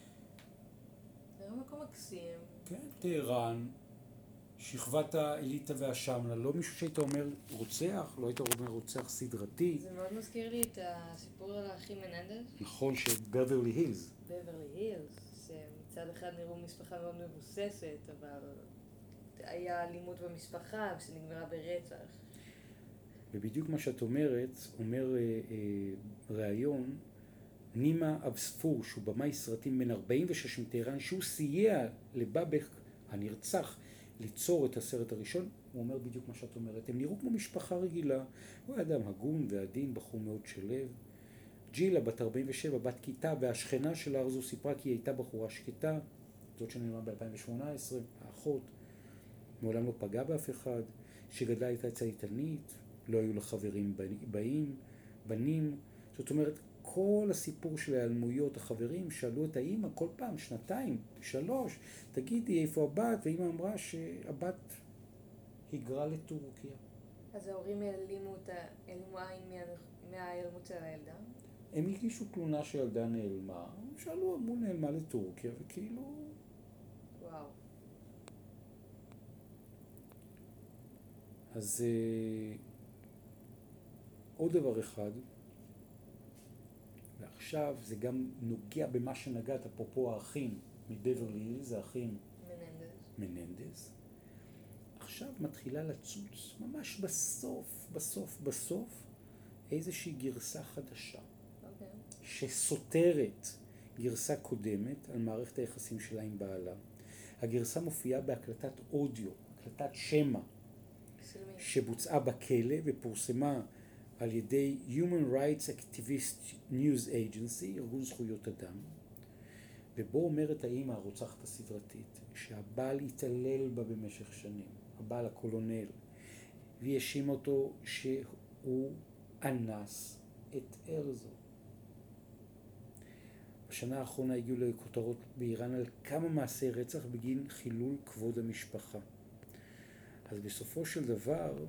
נראה מקום מקסים. כן, טהרן. שכבת האליטה והשמנה, לא מישהו שהיית אומר רוצח, לא היית אומר רוצח סדרתי. זה מאוד מזכיר לי את הסיפור על האחים מננדס. נכון, שבברלי הילס. בברלי הילס, שמצד אחד נראו משפחה מאוד מבוססת, אבל היה אלימות במשפחה שנגמרה ברצח. ובדיוק מה שאת אומרת, אומר אה, אה, ראיון, נימה אבספור, שהוא במאי סרטים בן ארבעים ושש מטהרן, שהוא סייע לבאבק הנרצח, ליצור את הסרט הראשון, הוא אומר בדיוק מה שאת אומרת. הם נראו כמו משפחה רגילה. הוא היה אדם הגון ועדין, בחור מאוד שלב. ג'ילה, בת ארבעים ושבע, בת כיתה, והשכנה של הארזו סיפרה כי היא הייתה בחורה שקטה, זאת שנאמרה ב-אלפיים שמונה עשרה, האחות. מעולם לא פגעה באף אחד, שגדלה הייתה צייתנית, לא היו לה חברים באים, בנים. זאת אומרת, כל הסיפור של ההיעלמויות, החברים שאלו את האמא כל פעם, שנתיים, שלוש, תגידי איפה הבת, והאמא אמרה שהבת היגרה לטורקיה. אז ההורים העלימו את העלימו עין מההיעלמות של הילדה? הם הגישו תלונה שילדה נעלמה, שאלו, אמרו נעלמה לטורקיה, וכאילו... וואו. אז uh, עוד דבר אחד, ועכשיו זה גם נוגע במה שנגעת, אפרופו האחים מבברלי הילס, זה האחים מננדס. מננדס. עכשיו מתחילה לצוץ, ממש בסוף, בסוף, בסוף, איזושהי גרסה חדשה. אוקיי. שסותרת גרסה קודמת על מערכת היחסים שלה עם בעלה. הגרסה מופיעה בהקלטת אודיו, הקלטת שמע, שבוצעה בכלא ופורסמה על ידי Human Rights Activist News Agency, ארגון זכויות אדם, ובו אומרת האמא הרוצחת הסדרתית שהבעל התעלל בה במשך שנים, הבעל הקולונל, והיא האשימה אותו שהוא אנס את ארזו. בשנה האחרונה הגיעו לכותרות באיראן על כמה מעשי רצח בגין חילול כבוד המשפחה. אז בסופו של דבר,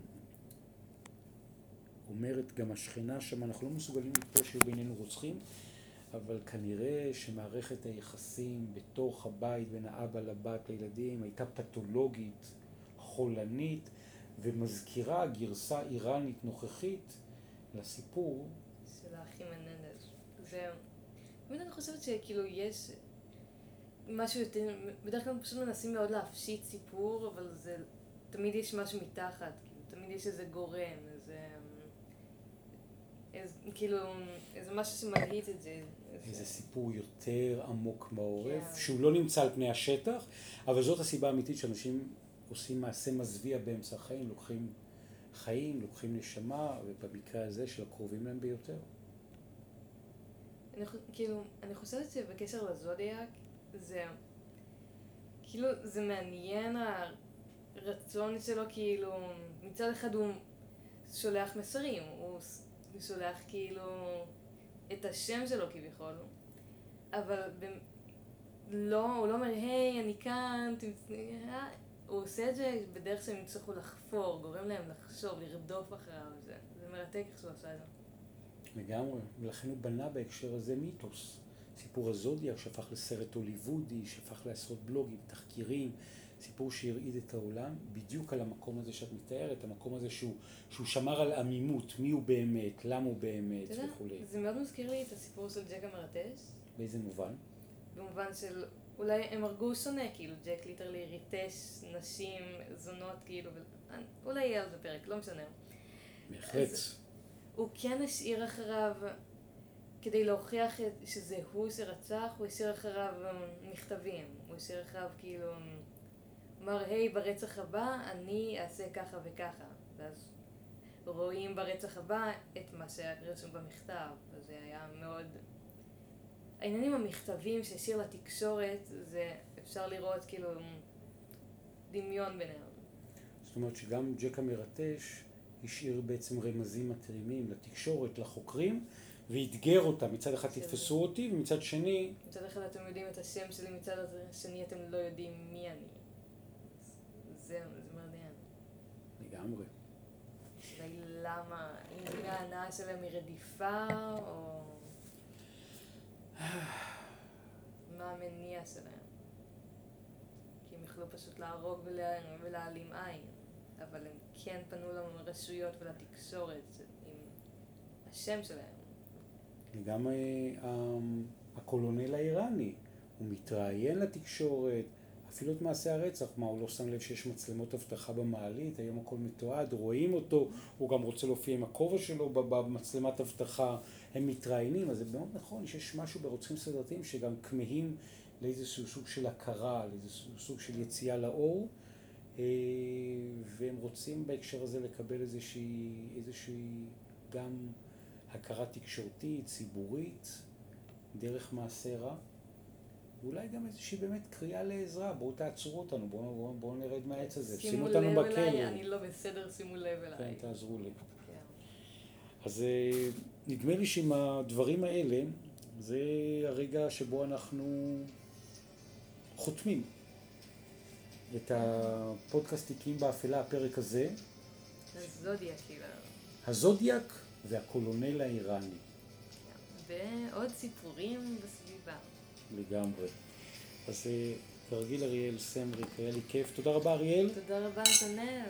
אומרת גם השכנה שם, אנחנו לא מסוגלים לקרוא שיהיו בינינו רוצחים, אבל כנראה שמערכת היחסים בתוך הבית בין האבא לבת לילדים הייתה פתולוגית, חולנית, ומזכירה גרסה איראנית נוכחית לסיפור של האחים מננדס. זה... באמת אני חושבת שכאילו יש משהו יותר... בדרך כלל פשוט מנסים מאוד להפשיט סיפור, אבל זה... תמיד יש משהו מתחת, כאילו, תמיד יש איזה גורם, איזה... איזה, כאילו, איזה משהו שמלהיט את זה. איזה סיפור יותר עמוק בעורף, כן. שהוא לא נמצא על פני השטח, אבל זאת הסיבה האמיתית שאנשים עושים מעשה מזוויע באמצע החיים, לוקחים חיים, לוקחים נשמה, ובמקרה הזה של הקרובים להם ביותר. אני, כאילו, אני חושבת שבקשר לזודיאק, זה... כאילו, זה מעניין הרצון שלו, כאילו, מצד אחד הוא שולח מסרים, הוא... הוא שולח כאילו את השם שלו כביכול, אבל ב... לא, הוא לא אומר, היי, אני כאן, תמצאי, הוא עושה את זה בדרך שהם יצטרכו לחפור, גורם להם לחשוב, לרדוף אחריו, זה, זה מרתק איך שהוא עשה את זה. לגמרי, ולכן הוא בנה בהקשר הזה מיתוס. סיפור הזודיאק שהפך לסרט הוליוודי, שהפך לעשרות בלוגים, תחקירים, סיפור שהרעיד את העולם, בדיוק על המקום הזה שאת מתארת, המקום הזה שהוא, שהוא שמר על עמימות, מי הוא באמת, למה הוא באמת וכו'. זה מאוד מזכיר לי את הסיפור של ג'ק המרטש. באיזה מובן? במובן של, אולי הם הרגו שונה, כאילו, ג'ק ליטרלי ריטש נשים, זונות, כאילו, אולי יהיה על זה פרק, לא משנה. בהחלט. הוא כן השאיר אחריו, כדי להוכיח שזה הוא שרצח, הוא השאיר אחריו מכתבים. הוא השאיר אחריו כאילו, אמר, היי, ברצח הבא אני אעשה ככה וככה. ואז רואים ברצח הבא את מה שהיה רשום במכתב. וזה היה מאוד... העניינים המכתבים שהשאיר לתקשורת, זה אפשר לראות כאילו דמיון ביניהם. זאת אומרת שגם ג'ק המרטש השאיר בעצם רמזים מתרימים לתקשורת, לחוקרים, והתגר אותם. מצד אחד תתפסו אותי, ומצד שני... מצד אחד אתם יודעים את השם שלי, מצד שני אתם לא יודעים מי אני. זה, זה מעניין. לגמרי. אולי למה, אם ההנאה שלהם היא רדיפה, או... מה המניע שלהם? כי הם יכלו פשוט להרוג ולה... ולהעלים עין. אבל הם כן פנו לרשויות ולתקשורת עם השם שלהם. וגם הקולונל האיראני, הוא מתראיין לתקשורת, אפילו את מעשה הרצח, מה, הוא לא שם לב שיש מצלמות אבטחה במעלית, היום הכל מתועד, רואים אותו, הוא גם רוצה להופיע עם הכובע שלו במצלמת אבטחה, הם מתראיינים, אז זה מאוד נכון שיש משהו ברוצחים סדרתיים שגם כמהים לאיזשהו סוג של הכרה, לאיזשהו סוג של יציאה לאור, והם רוצים בהקשר הזה לקבל איזושהי, איזושהי גם הכרה תקשורתית, ציבורית, דרך מעשה רע, ואולי גם איזושהי באמת קריאה לעזרה, בואו תעצרו אותנו, בואו בוא, בוא נרד מהעץ הזה, שימו אותנו בכלא. שימו לב אליי, אני לא בסדר, שימו לב אליי. כן, תעזרו לי. כן. אז נדמה לי שעם הדברים האלה, זה הרגע שבו אנחנו חותמים את הפודקאסט תיקים באפלה, הפרק הזה. הזודיאק, כאילו. הזודיאק והקולונל האיראני. ועוד סיפורים בסביבה. לגמרי. אז כרגיל אריאל סמריק, היה לי כיף. תודה רבה אריאל. תודה רבה נתנאל.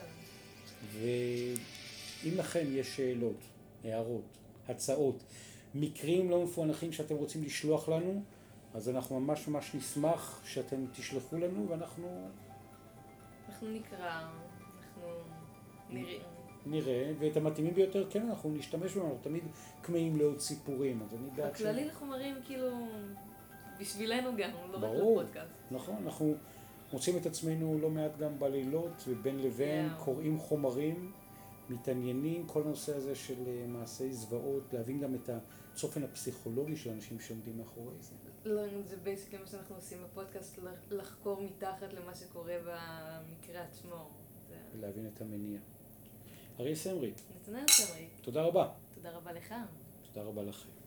ואם לכם יש שאלות, הערות, הצעות, מקרים לא מפוענחים שאתם רוצים לשלוח לנו, אז אנחנו ממש ממש נשמח שאתם תשלחו לנו ואנחנו... אנחנו נקרא, אנחנו נראה. נראה, ואת המתאימים ביותר, כן, אנחנו נשתמש בהם, אנחנו תמיד כמהים לעוד סיפורים, אז אני בעד ש... בכללי לחומרים, כאילו, בשבילנו גם, לא רק ברור, לפודקאסט. נכון, אנחנו מוצאים את עצמנו לא מעט גם בלילות, ובין לבין, Yeah. קוראים חומרים, מתעניינים, כל הנושא הזה של מעשי זוועות, להבין גם את הצופן הפסיכולוגי של אנשים שעומדים מאחורי זה. לא, זה בייסיקלי מה שאנחנו עושים בפודקאסט, לחקור מתחת למה שקורה במקרה עצמו. זה... ולהבין את המניע. אריאל סמריק. נתנאל סמריק. תודה רבה. תודה רבה לך. תודה רבה לכם.